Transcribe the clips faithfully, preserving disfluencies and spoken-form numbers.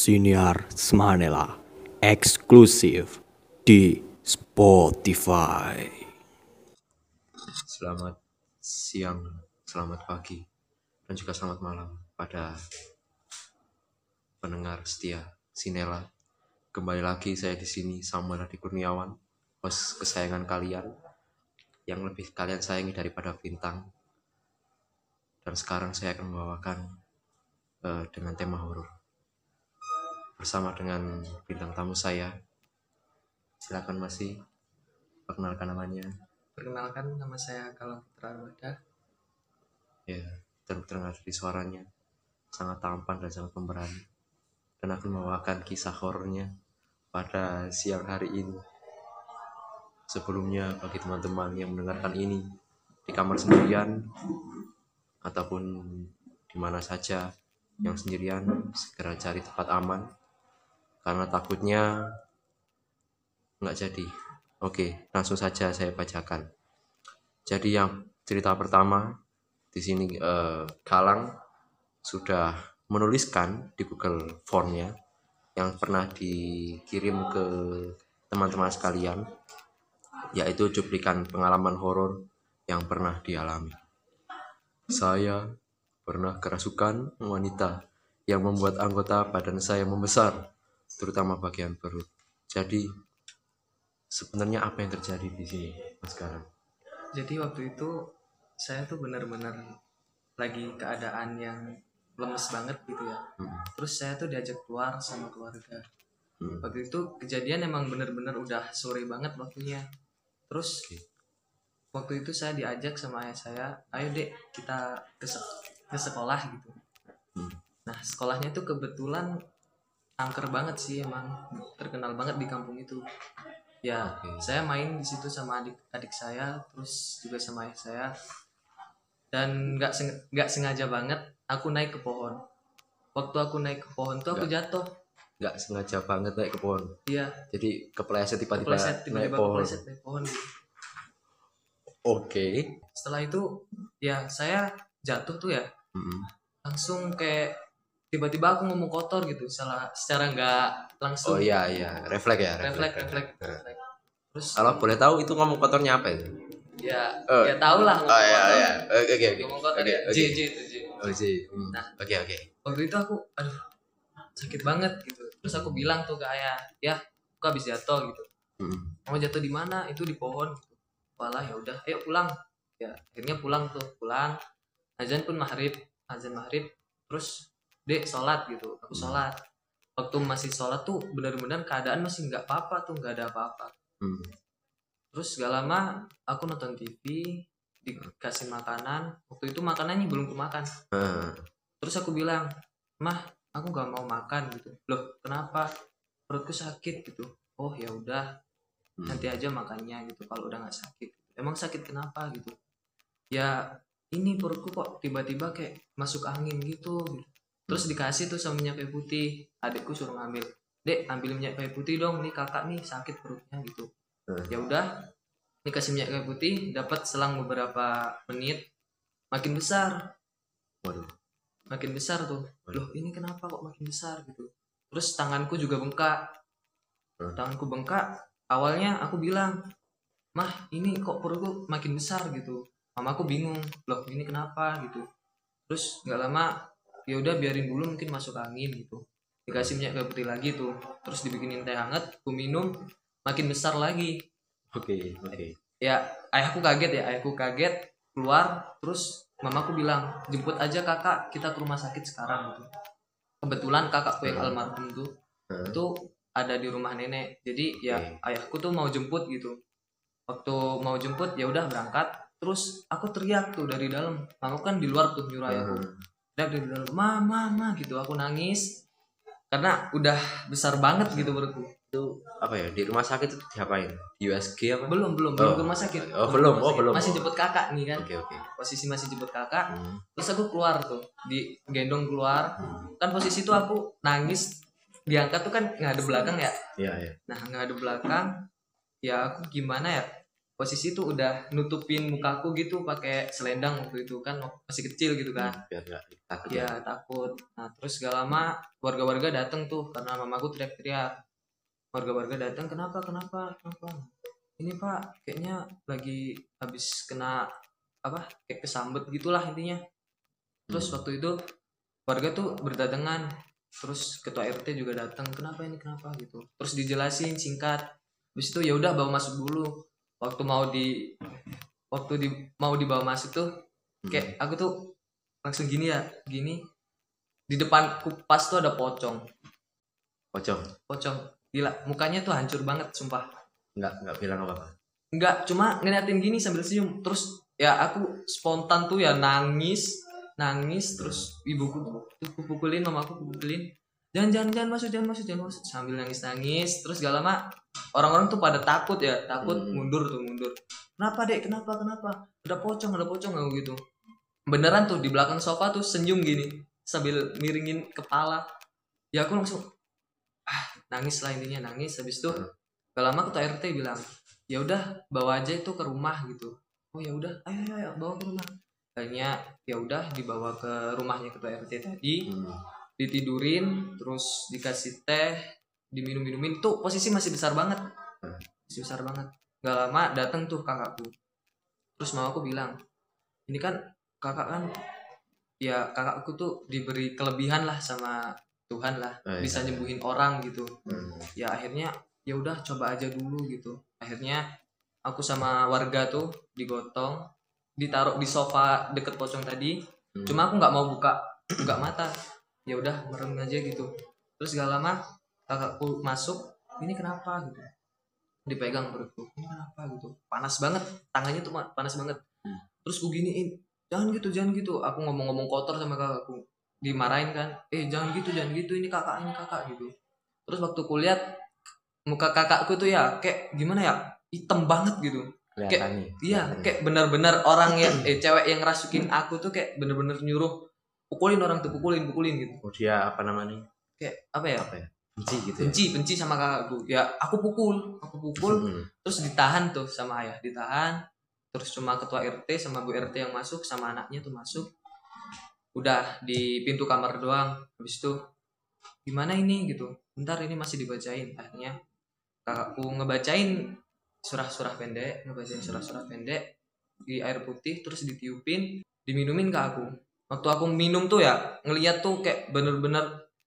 Siniar Smanela eksklusif di Spotify. Selamat siang, selamat pagi, dan juga selamat malam pada pendengar setia Sinela. Kembali lagi saya di sini Samuel Adi Kurniawan, host kesayangan kalian yang lebih kalian sayangi daripada bintang. Dan sekarang saya akan membawakan uh, dengan tema horor bersama dengan bintang tamu saya. Silakan masih perkenalkan namanya. Perkenalkan, nama saya Kalam Putra Armada. Ya, terdengar di suaranya sangat tampan dan sangat pemberani, dan aku membawakan kisah horornya pada siang hari ini. Sebelumnya, bagi teman-teman yang mendengarkan ini di kamar sendirian ataupun di mana saja yang sendirian, segera cari tempat aman karena takutnya nggak jadi. Oke, langsung saja saya bacakan. Jadi yang cerita pertama di sini eh, Kalang sudah menuliskan di Google Form-nya yang pernah dikirim ke teman-teman sekalian, yaitu cuplikan pengalaman horor yang pernah dialami. Saya pernah kerasukan wanita yang membuat anggota badan saya membesar, terutama bagian perut. Jadi sebenarnya apa yang terjadi di sini, Mas Kalang? Jadi waktu itu saya tuh benar-benar lagi keadaan yang lemes banget gitu ya. Hmm. Terus saya tuh diajak keluar sama keluarga. Hmm. Waktu itu kejadian emang benar-benar udah sore banget waktunya. Terus okay. Waktu itu saya diajak sama ayah saya, ayo dek kita ke, se- ke sekolah gitu. Hmm. Nah sekolahnya tuh kebetulan angker banget sih, emang terkenal banget di kampung itu. Ya okay. Saya main di situ sama adik-adik saya, terus juga sama ayah saya. Dan nggak seng- nggak sengaja banget aku naik ke pohon. Waktu aku naik ke pohon tuh aku gak, jatuh. Nggak sengaja banget naik ke pohon. Iya. Jadi kepleset tiba-tiba, kepleset, tiba-tiba naik pohon. Kepleset naik pohon. Gitu. Oke. Okay. Setelah itu ya saya jatuh tuh ya. Mm-hmm. Langsung kayak tiba-tiba aku ngomong kotor gitu, salah secara nggak langsung. Oh iya iya, refleks ya. Refleks, refleks. refleks. Terus kalau boleh tahu itu ngomong kotornya apa itu? Ya, oh. ya tahu lah. Oh iya iya. Oke oke. Ngomong kotor ya. J J itu J. Oh J. Hmm. Nah, oke okay, oke. Okay. Waktu itu aku, aduh, sakit banget gitu. Terus aku bilang tuh ke ayah, ya, aku habis jatuh gitu. Hmm. Mau jatuh di mana? Itu di pohon. Walah ya udah, ayo pulang. Ya, akhirnya pulang tuh, pulang. Azan pun maghrib, azan maghrib. Terus dek sholat gitu, aku sholat. Waktu masih sholat tuh benar-benar keadaan masih nggak apa-apa tuh, nggak ada apa-apa. Hmm. Terus gak lama aku nonton T V, dikasih makanan. Waktu itu makanannya belum kemakan. Hmm. Terus aku bilang, mah aku nggak mau makan gitu. Loh kenapa? Perutku sakit gitu. Oh ya udah, hmm. nanti aja makannya gitu. Kalau udah nggak sakit. Emang sakit kenapa gitu? Ya ini perutku kok tiba-tiba kayak masuk angin gitu. Terus dikasih tuh sama minyak kayu putih. Adikku suruh ngambil. Dek, ambil minyak kayu putih dong. Nih kakak nih sakit perutnya gitu. Hmm. Ya udah, ini kasih minyak kayu putih. Dapat selang beberapa menit, makin besar. Waduh. Makin besar tuh. Loh ini kenapa kok makin besar gitu. Terus tanganku juga bengkak. Hmm. Tanganku bengkak. Awalnya aku bilang, mah ini kok perutku makin besar gitu. Mamaku bingung. Loh ini kenapa gitu. Terus nggak lama. Ya udah biarin dulu mungkin masuk angin gitu. Dikasih minyak kayu putih lagi tuh. Terus dibikinin teh hangat, aku minum, makin besar lagi. Oke, okay, oke. Okay. Ya, ayahku kaget ya, ayahku kaget keluar, terus mamaku bilang, "Jemput aja kakak, kita ke rumah sakit sekarang." Gitu. Kebetulan kakakku yang almarhum tuh hmm. itu ada di rumah nenek. Jadi ya okay. ayahku tuh mau jemput gitu. Waktu mau jemput ya udah berangkat, terus aku teriak tuh dari dalam. Mamaku kan di luar tuh nyuruh ayahku. Hmm. Dari dalam, mama, mama gitu, aku nangis karena udah besar banget gitu menurutku. Itu apa ya, di rumah sakit itu diapain? Di U S G apa? Belum belum oh. belum ke rumah sakit. Oh belum, oh belum. Masih jemput kakak nih kan. Oke okay, oke. Okay. Posisi masih jemput kakak. Hmm. Terus aku keluar tuh, di gendong keluar. Hmm. Kan posisi itu aku nangis, diangkat tuh kan ngadep belakang ya. Iya iya. Nah ngadep belakang, ya aku gimana ya? posisi tuh udah nutupin mukaku gitu pakai selendang waktu itu kan masih kecil gitu kan. Biar nggak takut ya takut. Nah terus gak lama warga-warga datang tuh karena mamaku teriak-teriak. Warga-warga datang, kenapa kenapa kenapa ini pak kayaknya lagi habis kena apa kayak kesambet gitulah intinya. Terus Hmm. waktu itu warga tuh berdatangan, terus ketua R T juga datang, kenapa ini kenapa gitu. Terus dijelasin singkat. Habis itu ya udah bawa masuk dulu. Waktu mau di waktu di mau dibawa masuk tuh kayak aku tuh langsung gini ya, gini. Di depan kupas tuh ada pocong. Pocong. Pocong. Gila, mukanya tuh hancur banget sumpah. Nggak nggak bilang apa-apa. Enggak, cuma ngeliatin gini sambil senyum. Terus ya aku spontan tuh ya nangis, nangis terus ibuku tuh pukulin, mamaku pukulin. Jangan jangan jangan masuk, jangan masuk, jangan masuk sambil nangis-nangis. Terus gak lama orang-orang tuh pada takut ya, takut Hmm. mundur tuh mundur. Kenapa, Dek? Kenapa? Kenapa? Ada pocong, ada pocong nggak gitu. Beneran tuh di belakang sofa tuh senyum gini sambil miringin kepala. Ya aku langsung ah, nangis lah intinya, nangis. Habis itu gak lama ketua R T bilang, ya udah bawa aja itu ke rumah gitu. Oh ya udah, ayo, ayo ayo bawa ke rumah. Akhirnya ya udah dibawa ke rumahnya ketua R T tadi, Hmm. ditidurin, terus dikasih teh, diminum-minumin. Tuh posisi masih besar banget, masih besar banget. Gak lama datang tuh kakakku. Terus mamaku bilang, ini kan kakak kan, ya kakakku tuh diberi kelebihan lah sama Tuhan lah, Oh, iya. bisa nyembuhin orang gitu. Hmm. Ya akhirnya ya udah coba aja dulu gitu. Akhirnya aku sama warga tuh digotong, ditaruh di sofa deket pocong tadi. Hmm. Cuma aku nggak mau buka buka mata, ya udah merem aja gitu. Terus gak lama kakakku masuk, ini kenapa gitu, dipegang perutku, ini kenapa gitu, panas banget tangannya tuh ma- panas banget. Hmm. Terus ku giniin, jangan gitu jangan gitu, aku ngomong-ngomong kotor sama kakakku, dimarahin kan, eh jangan gitu jangan gitu, ini kakak ini kakak gitu. Terus waktu kulihat muka kakakku tuh ya kayak gimana ya, hitam banget gitu. Kelihatan nih. Iya, Kelihatan. kayak benar-benar orang yang eh cewek yang ngerasukin aku tuh kayak bener-bener nyuruh pukulin orang tuh, pukulin pukulin gitu. Oh, dia apa namanya? Kayak apa ya? Apa ya? Benci gitu ya. Benci, benci sama kakakku. Ya aku pukul, aku pukul, Hmm. terus ditahan tuh sama ayah, ditahan. Terus cuma ketua R T sama Bu R T yang masuk sama anaknya tuh masuk. Udah di pintu kamar doang. Habis itu gimana ini gitu. Bentar ini masih dibacain. Akhirnya kakakku ngebacain surah-surah pendek, ngebacain surah-surah pendek di air putih, terus ditiupin, diminumin ke aku. Waktu aku minum tuh ya ngeliat tuh kayak bener-bener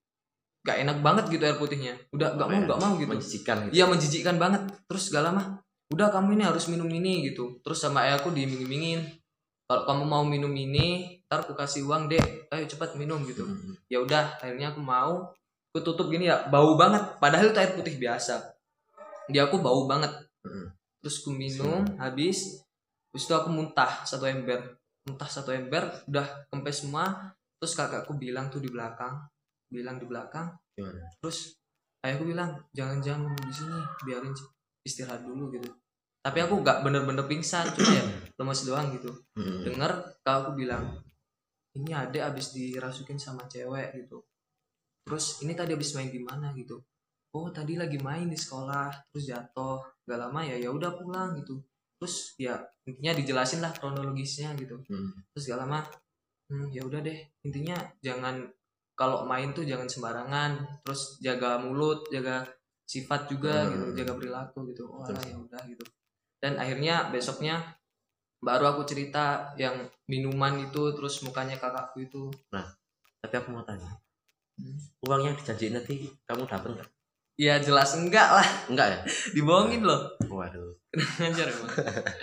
gak enak banget gitu air putihnya. Udah gak Apa mau ya? gak mau gitu. Menjijikan gitu. Iya menjijikkan banget. Terus gak lama, udah kamu ini harus minum ini gitu. Terus sama ayahku diiming-imingin, kalau kamu mau minum ini, ntar aku kasih uang deh. Ayo cepat minum gitu. Hmm. Ya udah, akhirnya aku mau. Aku tutup gini ya, bau banget. Padahal itu air putih biasa. Dia aku bau banget. Hmm. Terus aku minum, habis. Terus itu aku muntah satu ember. Muntah satu ember, udah kempes semua. Terus kakakku bilang tuh di belakang, bilang di belakang. Gimana? Terus ayahku bilang jangan-jangan ngomong di sini, biarin istirahat dulu gitu. Tapi aku nggak bener-bener pingsan, cuma ya lemes doang gitu. Hmm. Dengar kakakku bilang ini adek abis dirasukin sama cewek gitu. Terus ini tadi abis main di mana gitu. Oh tadi lagi main di sekolah, terus jatuh. Gak lama ya, ya udah pulang gitu. Terus ya intinya dijelasin lah kronologisnya gitu. Hmm. Terus gak lama, hmm, ya udah deh. Intinya jangan kalau main tuh jangan sembarangan. Terus jaga mulut, jaga sifat juga Hmm. gitu, jaga perilaku gitu. Oh Betul. alah, ya udah gitu. Dan akhirnya besoknya baru aku cerita yang minuman itu, terus mukanya kakakku itu. Tapi aku mau tanya, Hmm. uang yang dijanjiin tadi kamu dapat nggak? Ya jelas enggak lah, Enggak ya? dibohongin loh. Waduh. Ngajar emang.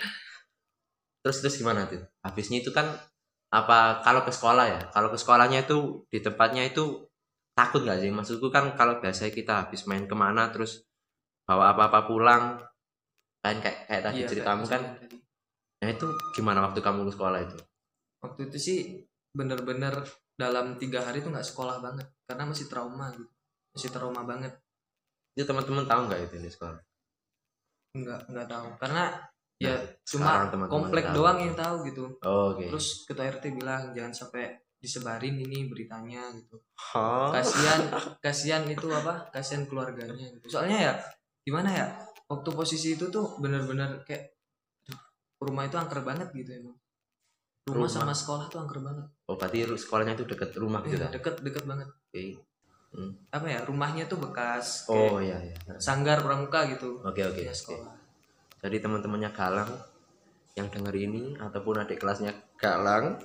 Terus terus gimana tuh? Habisnya itu kan apa kalau ke sekolah ya? Kalau ke sekolahnya itu di tempatnya itu takut nggak sih? Maksudku kan kalau biasanya kita habis main kemana terus bawa apa-apa pulang kan kayak kayak tadi Iya, ceritamu kayak kan. misalnya tadi. Nah itu gimana waktu kamu ke sekolah itu? Waktu itu sih bener-bener dalam tiga hari tuh nggak sekolah banget karena masih trauma gitu, masih trauma banget. Itu teman-teman tahu nggak itu di sekolah? Nggak nggak tahu karena ya Nah, cuma sekarang teman-teman komplek tahu. doang yang tahu gitu. Oh, oke. Terus ketua R T bilang jangan sampai disebarin ini beritanya gitu. Oh. Kasihan kasihan itu apa? Kasihan keluarganya gitu. Soalnya ya gimana ya? Waktu posisi itu tuh bener-bener kayak rumah itu angker banget gitu emang. Rumah, rumah sama sekolah tuh angker banget. Oh berarti sekolahnya itu deket rumah gitu ya, kan? Deket deket banget. Oke. Hmm. Apa ya, rumahnya tuh bekas oh iya iya sanggar pramuka gitu. Oke oke. Ya, sekolah. Jadi teman-temannya Galang yang denger ini ataupun adik kelasnya Galang,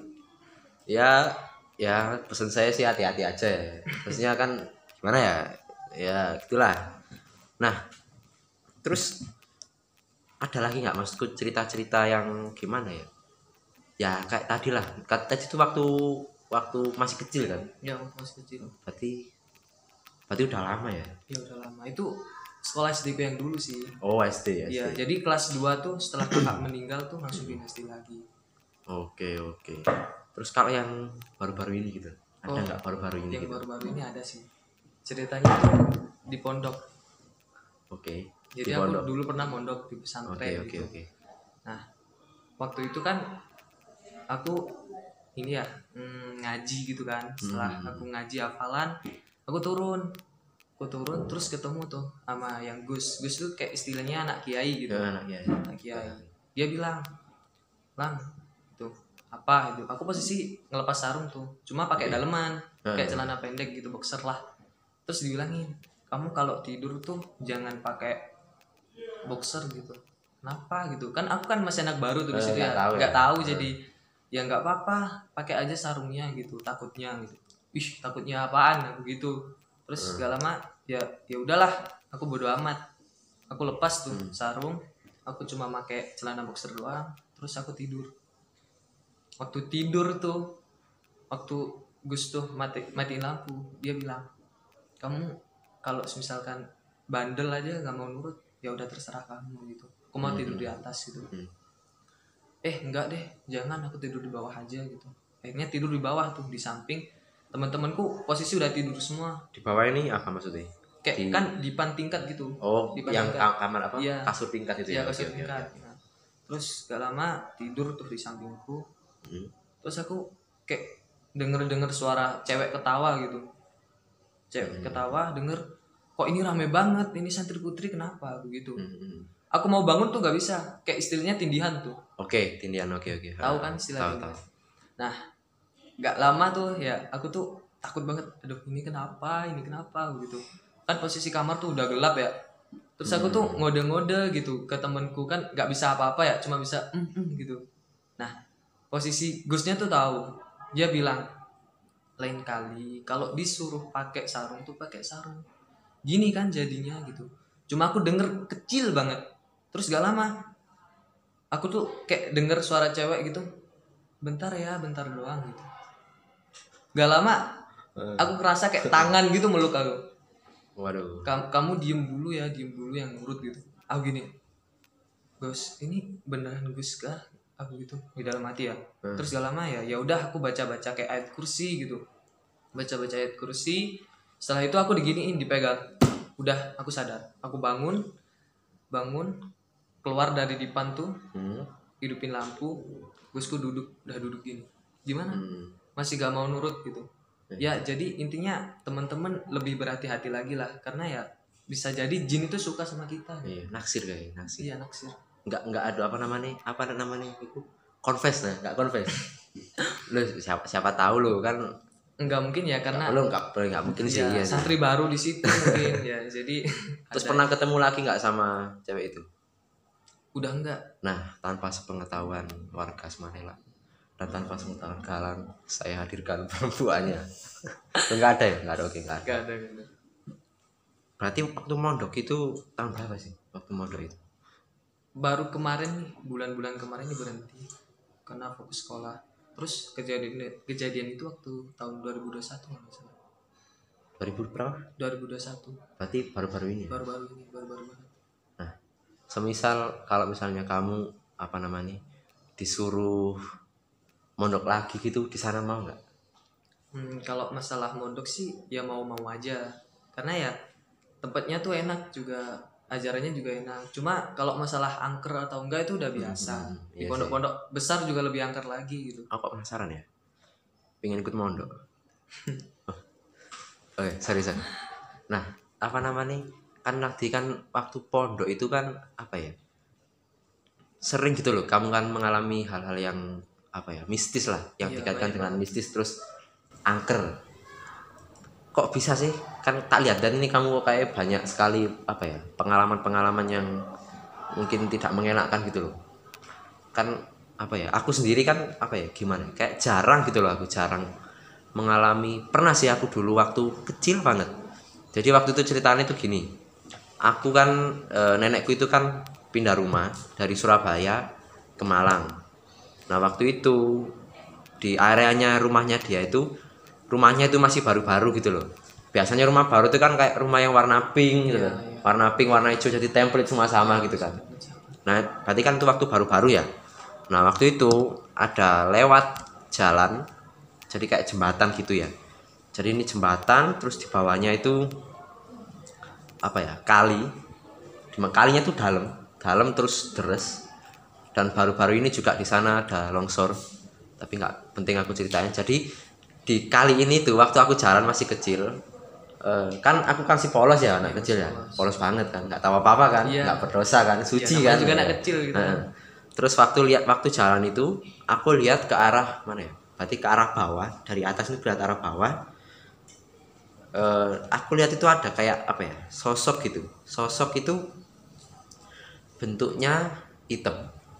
ya ya pesan saya sih hati-hati aja ya. Maksudnya kan gimana ya? Ya gitulah. Nah, terus ada lagi nggak maksudku cerita-cerita yang gimana ya? Ya kayak tadi lah. Tadi itu waktu waktu masih kecil kan? Ya waktu masih kecil. Berarti berarti udah lama ya? Ya udah lama. Itu sekolah S D ku yang dulu sih. Oh S D ya. Iya, jadi kelas dua tuh setelah kakak meninggal tuh langsung pindah S D lagi. Oke oke. Terus kalau yang baru-baru ini gitu, ada nggak oh, baru-baru ini? Yang gitu? baru-baru ini ada sih. Ceritanya tuh di pondok. Oke. Jadi aku pondok. Dulu pernah mondok di pesantren. Oke oke gitu. oke. Nah, waktu itu kan aku ini ya mm, ngaji gitu kan. Setelah hmm. aku ngaji hafalan, aku turun. Aku turun terus ketemu tuh sama yang Gus. Gus tuh kayak istilahnya anak kiai gitu. Ya, anak kiai. Anak kiai. Dia bilang, "Lang, itu apa itu?" Aku posisi ngelepas sarung tuh. Cuma pakai okay. daleman, kayak celana pendek gitu, boxer lah. Terus dibilangin, "Kamu kalau tidur tuh jangan pakai boxer gitu." Kenapa gitu? Kan aku kan masih anak baru tuh di situ ya. Enggak tahu ya. Jadi ya enggak apa-apa, pakai aja sarungnya gitu, takutnya gitu. Ih, takutnya apaan aku gitu. Terus gak lama ya ya udahlah, aku bodo amat. Aku lepas tuh hmm. sarung, aku cuma pakai celana boxer doang, terus aku tidur. Waktu tidur tuh, waktu Gus tuh mati matiin lampu, dia bilang, "Kamu kalau misalkan bandel aja nggak mau nurut, ya udah terserah kamu gitu. Aku mau hmm. tidur di atas gitu." Hmm. Eh enggak deh, jangan, aku tidur di bawah aja gitu. Akhirnya tidur di bawah tuh, di samping. Teman-temanku posisi udah tidur semua. Di bawah ini apa maksudnya? Kayak di... kan dipan tingkat gitu. Oh, dipan yang tingkat. Kamar apa? Ya. Kasur tingkat itu ya? Iya, okay, kasur tingkat. Okay, okay. Nah, terus gak lama tidur tuh di sampingku. Hmm. Terus aku kayak denger-denger suara cewek ketawa gitu. Cewek hmm. ketawa, denger, "Kok ini rame banget, ini santri putri kenapa?" begitu. Hmm. Aku mau bangun tuh gak bisa, kayak istilahnya tindihan tuh. Oke, okay, tindihan, oke okay, oke. Okay. Tahu kan istilah tahu, tindihan? Tahu. Nah, gak lama tuh ya aku tuh takut banget, aduh ini kenapa ini kenapa gitu kan, posisi kamar tuh udah gelap ya. Terus aku tuh ngode-ngode gitu ke temenku, kan gak bisa apa-apa ya, cuma bisa mm, mm, gitu. Nah posisi Gusnya tuh tahu, dia bilang, "Lain kali kalau disuruh pakai sarung tuh pakai sarung, gini kan jadinya gitu." Cuma aku denger kecil banget. Terus gak lama aku tuh kayak denger suara cewek gitu, "Bentar ya, bentar doang" gitu. Gak lama aku kerasa kayak tangan gitu meluk aku. Waduh. Kamu, kamu diem dulu ya, diem dulu yang nurut gitu. Aku gini, "Gus, ini beneran Gus kah?" Aku gitu di dalam hati ya. Hmm. Terus gak lama ya, ya udah aku baca-baca kayak ayat kursi gitu. Baca-baca ayat kursi. Setelah itu aku diginiin, dipegang. Udah, aku sadar. Aku bangun, bangun, keluar dari dipan tuh, hmm. hidupin lampu. Gusku duduk, udah duduk gini. Gimana? Hmm. Masih gak mau nurut gitu. Ya jadi intinya teman-teman lebih berhati-hati lagi lah, karena ya bisa jadi jin itu suka sama kita. Iya, naksir kayak naksir. Iya, naksir. Enggak enggak ada apa namanya? Apa namanya itu? Confess lah, enggak confess. Lu siapa siapa tahu lu kan enggak mungkin ya, karena lu enggak enggak mungkin sih ya, ya. Santri baru di situ mungkin ya. Jadi terus pernah ketemu lagi enggak sama cewek itu? Udah enggak. Nah, tanpa sepengetahuan warga Semarela dan tanpa sepengetahuan Galang, saya hadirkan perempuannya. Enggak ada ya? Enggak ada, oke, enggak ada. Enggak ada, enggak ada. Berarti waktu mondok itu tahun berapa sih? Waktu mondok itu? Baru kemarin nih, bulan-bulan kemarin ini berhenti karena fokus sekolah. Terus kejadian kejadian itu waktu tahun dua ribu dua puluh satu enggak salah. dua ribu berapa? dua ribu dua puluh satu. Berarti baru-baru ini. Baru-baru ini, baru-baru banget. Nah, semisal kalau misalnya kamu apa namanya? Disuruh mondok lagi gitu, di sana mau nggak? Hmm, kalau masalah mondok sih ya mau-mau aja, karena ya tempatnya tuh enak juga, ajarannya juga enak. Cuma kalau masalah angker atau enggak itu udah biasa. Hmm, di iya pondok-pondok sih. Besar juga lebih angker lagi gitu. Aku penasaran ya, pengen ikut mondok. oh. Oke, sorry sorry. Nah, apa namanya? Kan nanti kan waktu pondok itu kan apa ya? sering gitu loh kamu kan mengalami hal-hal yang apa ya mistis lah, yang Iya, dikaitkan banyak dengan mistis terus angker. Kok bisa sih? Kan tak lihat dan ini kamu kayak banyak sekali apa ya pengalaman-pengalaman yang mungkin tidak mengenakan gitu loh. Kan apa ya? Aku sendiri kan apa ya gimana? Kayak jarang gitu loh aku jarang mengalami. Pernah sih aku dulu waktu kecil banget. Jadi waktu itu ceritanya itu gini. Aku kan e, nenekku itu kan pindah rumah dari Surabaya ke Malang. Nah waktu itu di areanya rumahnya dia itu rumahnya itu masih baru-baru gitu loh. Biasanya rumah baru itu kan kayak rumah yang warna pink gitu Iya, kan. iya. Warna pink, warna hijau jadi template semua sama gitu kan. Nah, berarti kan itu waktu baru-baru ya. Nah, waktu itu ada lewat jalan jadi kayak jembatan gitu ya. Jadi ini jembatan terus di bawahnya itu apa ya? Kali. Di kalinya tuh dalam, dalam terus deres. Dan baru-baru ini juga di sana ada longsor. Tapi nggak penting aku ceritain. Jadi di kali ini tuh waktu aku jalan masih kecil, uh, kan aku kan si polos ya anak kecil ya, polos banget kan, nggak tahu apa apa kan, Iya. nggak berdosa kan, suci Iya, namanya kan. juga anak Ya. kecil gitu. Nah, terus waktu lihat waktu jalan itu, aku lihat ke arah mana ya? Berarti ke arah bawah, dari atas ini lihat arah bawah. Uh, aku lihat itu ada kayak apa ya? Sosok gitu. Sosok itu bentuknya hitam.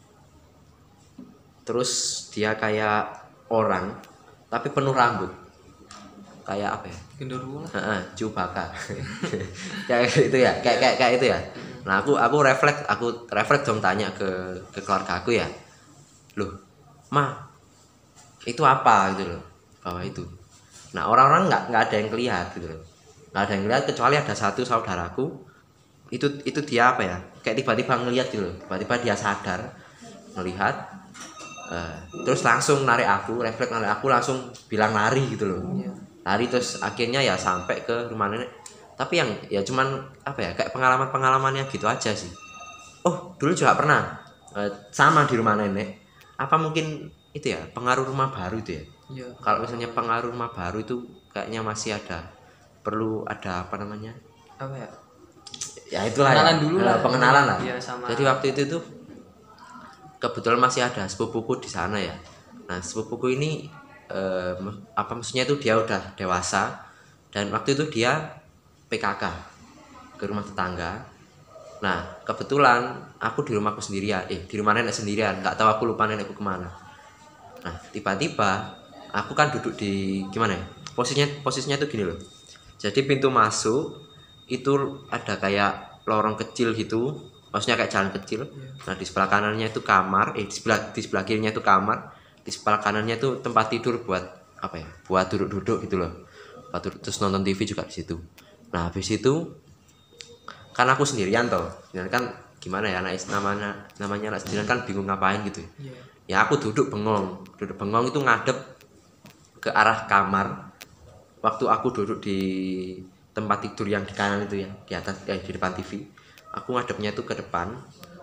Terus dia kayak orang tapi penuh rambut. Kayak apa ya? Genderuwo lah. Heeh, Chewbacca. Kayak itu ya, kayak kayak kayak itu ya. Nah, aku aku refleks, aku refleks dong tanya ke ke keluarga aku ya. Loh, Ma, itu apa gitu loh. Bawah itu. Nah, orang-orang nggak nggak ada yang lihat gitu loh. Nggak ada yang lihat kecuali ada satu saudaraku. Itu itu dia apa ya? Kayak tiba-tiba ngelihat gitu loh. Tiba-tiba dia sadar melihat. Uh, terus langsung narik aku, refleks narik aku langsung bilang lari gitu loh. Iya. Lari terus akhirnya ya sampai ke rumah nenek. Tapi yang ya cuman apa ya kayak pengalaman-pengalamannya gitu aja sih. Oh dulu juga pernah uh, sama di rumah nenek. Apa mungkin itu ya pengaruh rumah baru itu ya? Iya. Kalau misalnya pengaruh rumah baru itu kayaknya masih ada perlu ada apa namanya? Apa ya? Ya itulah Pengenalan ya. dulu Nah, lah. pengenalan lah. Iya, sama. Jadi waktu itu tuh kebetulan masih ada sepupuku di sana ya. Nah sepupuku ini eh, apa maksudnya itu dia udah dewasa dan waktu itu dia P K K ke rumah tetangga. Nah kebetulan aku di rumahku sendirian, eh di rumah nenek sendirian, nggak tahu aku lupa nenekku kemana. Nah tiba-tiba aku kan duduk di gimana ya? Posisinya posisinya tuh gini loh. Jadi pintu masuk itu ada kayak lorong kecil gitu. Maksudnya kayak jalan kecil. Nah di sebelah kanannya itu kamar, eh di sebelah di sebelah kirinya itu kamar, di sebelah kanannya itu tempat tidur buat apa ya? Buat duduk-duduk gitu loh. Buat duduk, terus nonton T V juga di situ. Nah habis itu kan aku sendirian toh, dan kan gimana ya anak namanya namanya anak sendirian kan bingung ngapain gitu. Iya. Ya aku duduk bengong, duduk bengong itu ngadep ke arah kamar. Waktu aku duduk di tempat tidur yang di kanan itu ya, di atas eh, di depan T V. Aku ngadepnya itu ke depan.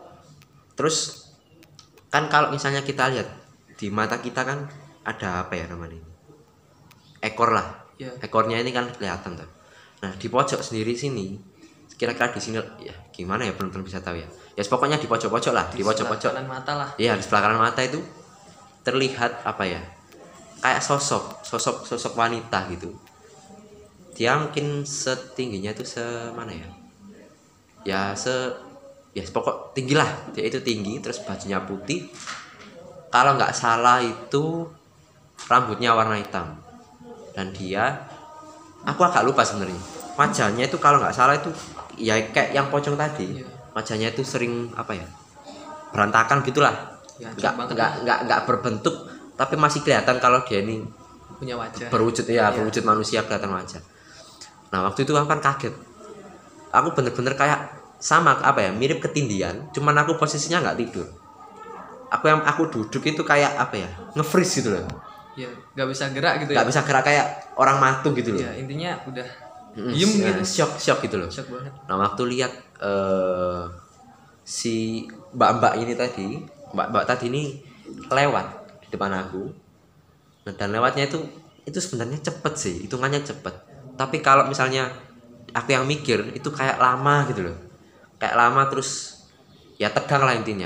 Terus kan kalau misalnya kita lihat di mata kita kan ada apa ya namanya? Ekor lah. Iya. Ekornya ini kan kelihatan tuh. Nah, di pojok sendiri sini kira-kira di sini ya gimana ya belum belum bisa tahu ya. Ya pokoknya di pojok-pojok lah, di, Di pojok-pojok. kanan mata lah. Iya, di sebelah kanan mata itu terlihat apa ya? Kayak sosok, sosok sosok wanita gitu. Dia mungkin setingginya itu semana ya? Ya se ya pokok tinggi lah, dia itu tinggi terus bajunya putih, kalau nggak salah itu rambutnya warna hitam dan dia aku agak lupa sebenarnya wajahnya itu kalau nggak salah itu ya kayak yang pocong tadi. Iya. Wajahnya itu sering apa ya berantakan gitulah, Ya, nggak banget nggak lah. nggak nggak berbentuk tapi masih kelihatan kalau dia ini Punya wajah. berwujud ya, Iya. berwujud manusia kelihatan wajah. Nah waktu itu aku kan kaget, aku bener-bener kayak sama apa ya mirip ketindian, cuman aku posisinya nggak tidur. Aku yang aku duduk itu kayak apa ya nge-freeze gitu loh, Iya, nggak bisa gerak gitu nggak ya. bisa gerak kayak orang matu gitu loh. Iya, intinya udah Mm, diem ya, gitu. shock shock gitu loh. Shock banget. Nah waktu lihat eh, si mbak-mbak ini tadi, mbak-mbak tadi ini lewat di depan aku. Nah, dan lewatnya itu itu sebenarnya cepet sih, hitungannya cepet. Tapi kalau misalnya aku yang mikir itu kayak lama gitu loh, kayak lama terus ya tegang lah intinya.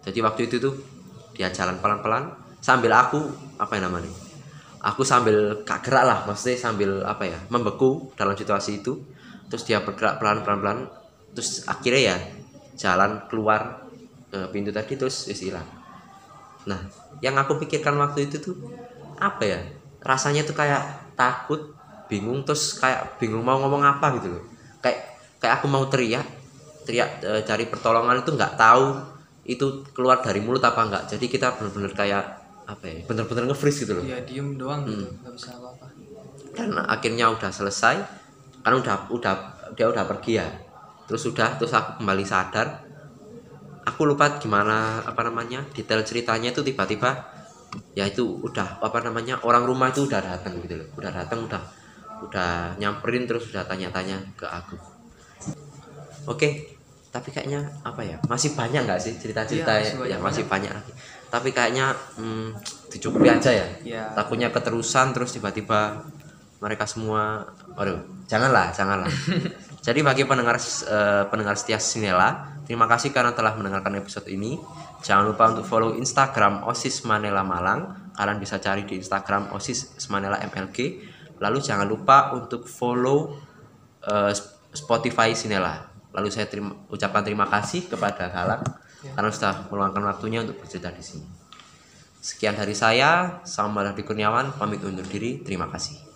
Jadi waktu itu tuh dia jalan pelan-pelan sambil aku apa yang namanya, aku sambil gak gerak lah, maksudnya sambil apa ya, membeku dalam situasi itu. Terus dia bergerak pelan-pelan, terus akhirnya ya jalan keluar ke pintu tadi, terus wis hilang. Nah, yang aku pikirkan waktu itu tuh apa ya, rasanya tuh kayak takut, bingung, terus kayak bingung mau ngomong apa gitu loh. Kayak kayak aku mau teriak, teriak e, cari pertolongan itu nggak tahu itu keluar dari mulut apa enggak. Jadi kita bener-bener kayak apa ya, bener-bener nge-freeze gitu loh. Iya, diem doang gitu, nggak bisa apa-apa. Dan akhirnya udah selesai, kan udah udah dia udah pergi ya. Terus udah, terus aku kembali sadar. Aku lupa gimana apa namanya detail ceritanya, itu tiba-tiba ya itu udah apa namanya orang rumah itu udah datang gitu loh, udah datang udah udah nyamperin, terus udah tanya-tanya ke aku. Oke, tapi kayaknya apa ya, masih banyak nggak sih cerita-cerita Iya, masih ya, banyak, masih banyak lagi. Tapi kayaknya hmm, dicukupi aja ya. Iya. Takutnya keterusan terus tiba-tiba mereka semua, waduh, janganlah, janganlah. Jadi bagi pendengar eh, pendengar setia Sinela, terima kasih karena telah mendengarkan episode ini. Jangan lupa untuk follow Instagram OSIS Manela Malang. Kalian bisa cari di Instagram OSIS Manela M L G. Lalu jangan lupa untuk follow uh, Spotify Sinela. Lalu saya terima, ucapkan terima kasih kepada Galang ya, karena sudah meluangkan waktunya untuk bercerita di sini. Sekian dari saya, Samuel Hadi Kurniawan, pamit undur diri. Terima kasih.